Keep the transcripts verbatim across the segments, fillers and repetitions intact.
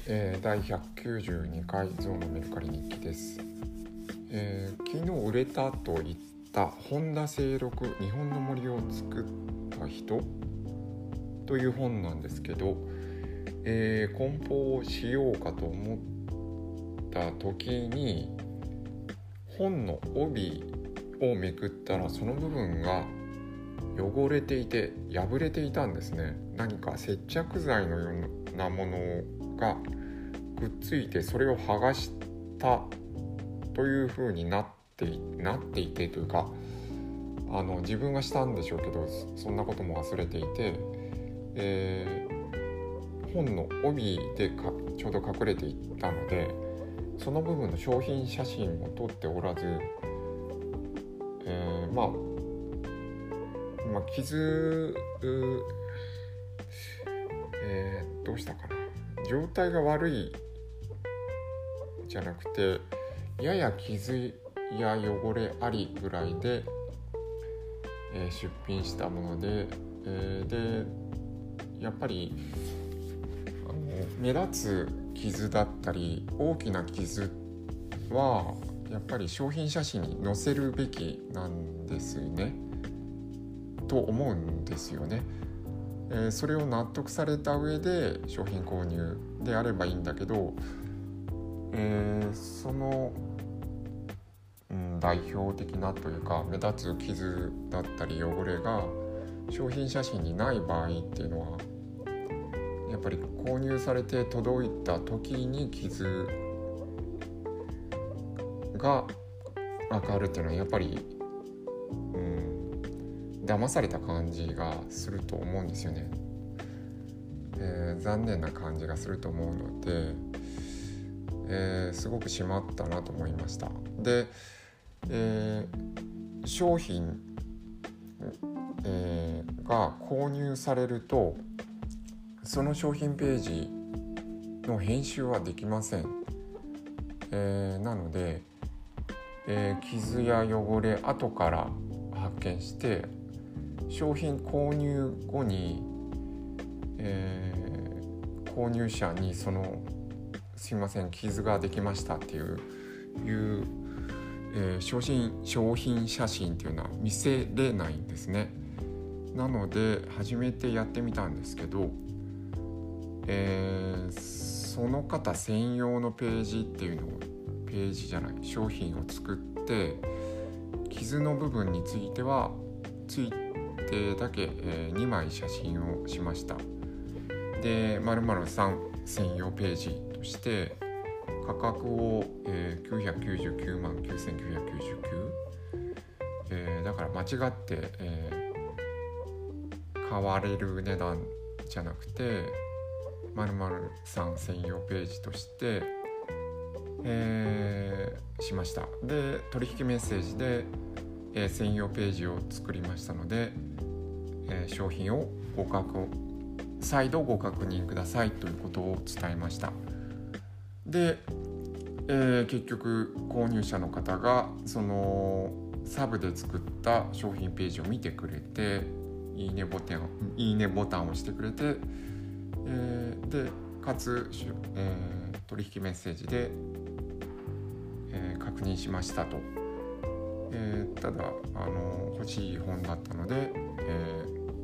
えー、だいひゃくきゅうじゅうにかいゾウのメルカリ日記です。えー、昨日売れたと言った本田清六日本の森を作った人という本なんですけど、えー、梱包をしようかと思った時に本の帯をめくったらその部分が汚れていて破れていたんですね。何か接着剤のようなものがくっついてそれを剥がしたという風になってい、なっていてというかあの自分がしたんでしょうけどそんなことも忘れていて、えー、本の帯でかちょうど隠れていったのでその部分の商品写真も撮っておらず、えー、まあまあ、傷、えー、どうしたかな状態が悪いじゃなくてやや傷や汚れありぐらいで、えー、出品したもので、えー、でやっぱりあの目立つ傷だったり大きな傷はやっぱり商品写真に載せるべきなんですねと思うんですよね。えー、それを納得された上で商品購入であればいいんだけど、えー、その、うん、代表的なというか目立つ傷だったり汚れが商品写真にない場合っていうのはやっぱり購入されて届いた時に傷が分かるっていうのはやっぱり、うん、騙された感じがすると思うんですよね。えー、残念な感じがすると思うので、えー、すごくしまったなと思いました。で、えー、商品、えー、が購入されるとその商品ページの編集はできません。えー、なので、えー、傷や汚れ後から発見して商品購入後に、えー、購入者にそのすいません傷ができましたっていう、いうえー、商品、商品写真っていうのは見せれないんですね。なので初めてやってみたんですけど、えー、その方専用のページっていうのをページじゃない商品を作って傷の部分についてはついてだけ、えー、にまい写真をしました。で〇〇さん専用ページとして価格を、えー、きゅうひゃくきゅうじゅうきゅうまんきゅうせんきゅうひゃくきゅうじゅうきゅう、えー、だから間違って、えー、買われる値段じゃなくて〇〇さん専用ページとして、えー、しました。で取引メッセージで、えー、専用ページを作りましたので、えー、商品をご確再度ご確認くださいということを伝えました。で、えー、結局購入者の方がそのサブで作った商品ページを見てくれていいねボタンをいいねボタンを押してくれて、えー、でかつ、えー、取引メッセージで、えー、確認しましたと、えー、ただあの欲しい本だったので、え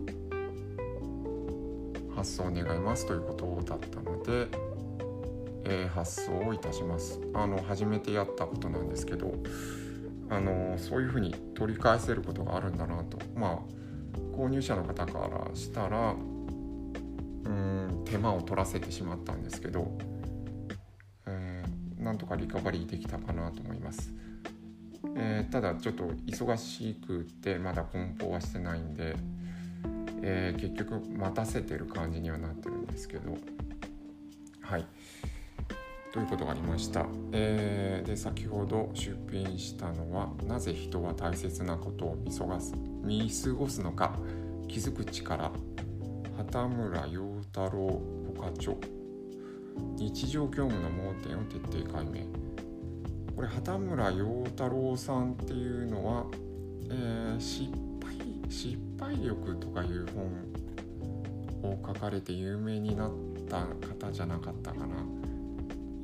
ー、発送願いますということだったので、えー、発送をいたします。あの初めてやったことなんですけど、あのそういうふうに取り返せることがあるんだなと、まあ購入者の方からしたらうーん手間を取らせてしまったんですけど、えー、なんとかリカバリーできたかなと思います。えー、ただちょっと忙しくてまだ梱包はしてないんで、えー、結局待たせてる感じにはなってるんですけど、はいということがありました。えー、で先ほど出品したのはなぜ人は大切なことを見過ごす、見過ごすのか気づく力、畑村陽太郎部課長、日常業務の盲点を徹底解明。これ畑村陽太郎さんっていうのは、えー、失敗失敗力とかいう本を書かれて有名になった方じゃなかったかな。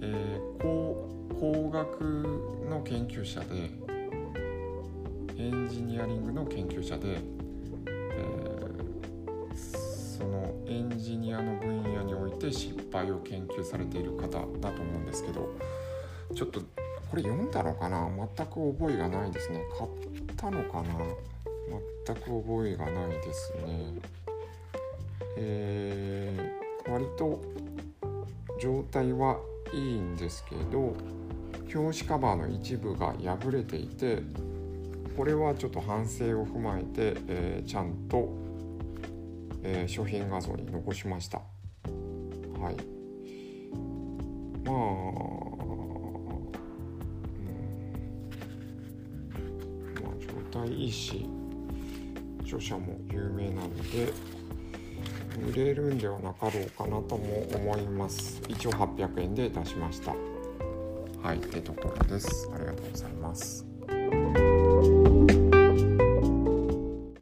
えー、工, 工学の研究者でエンジニアリングの研究者で、えー、そのエンジニアの分野において失敗を研究されている方だと思うんですけど、ちょっとこれ読んだのかな、全く覚えがないですね。買ったのかな、全く覚えがないですね。えー、割と状態はいいんですけど、表紙カバーの一部が破れていて、これはちょっと反省を踏まえて、えー、ちゃんと、えー、商品画像に残しました。はい。まあ、まあ、状態いいし、著者も有名なので売れるんではなかろうかなとも思います。一応はっぴゃくえんで出しました。はい、ってところです。ありがとうございます。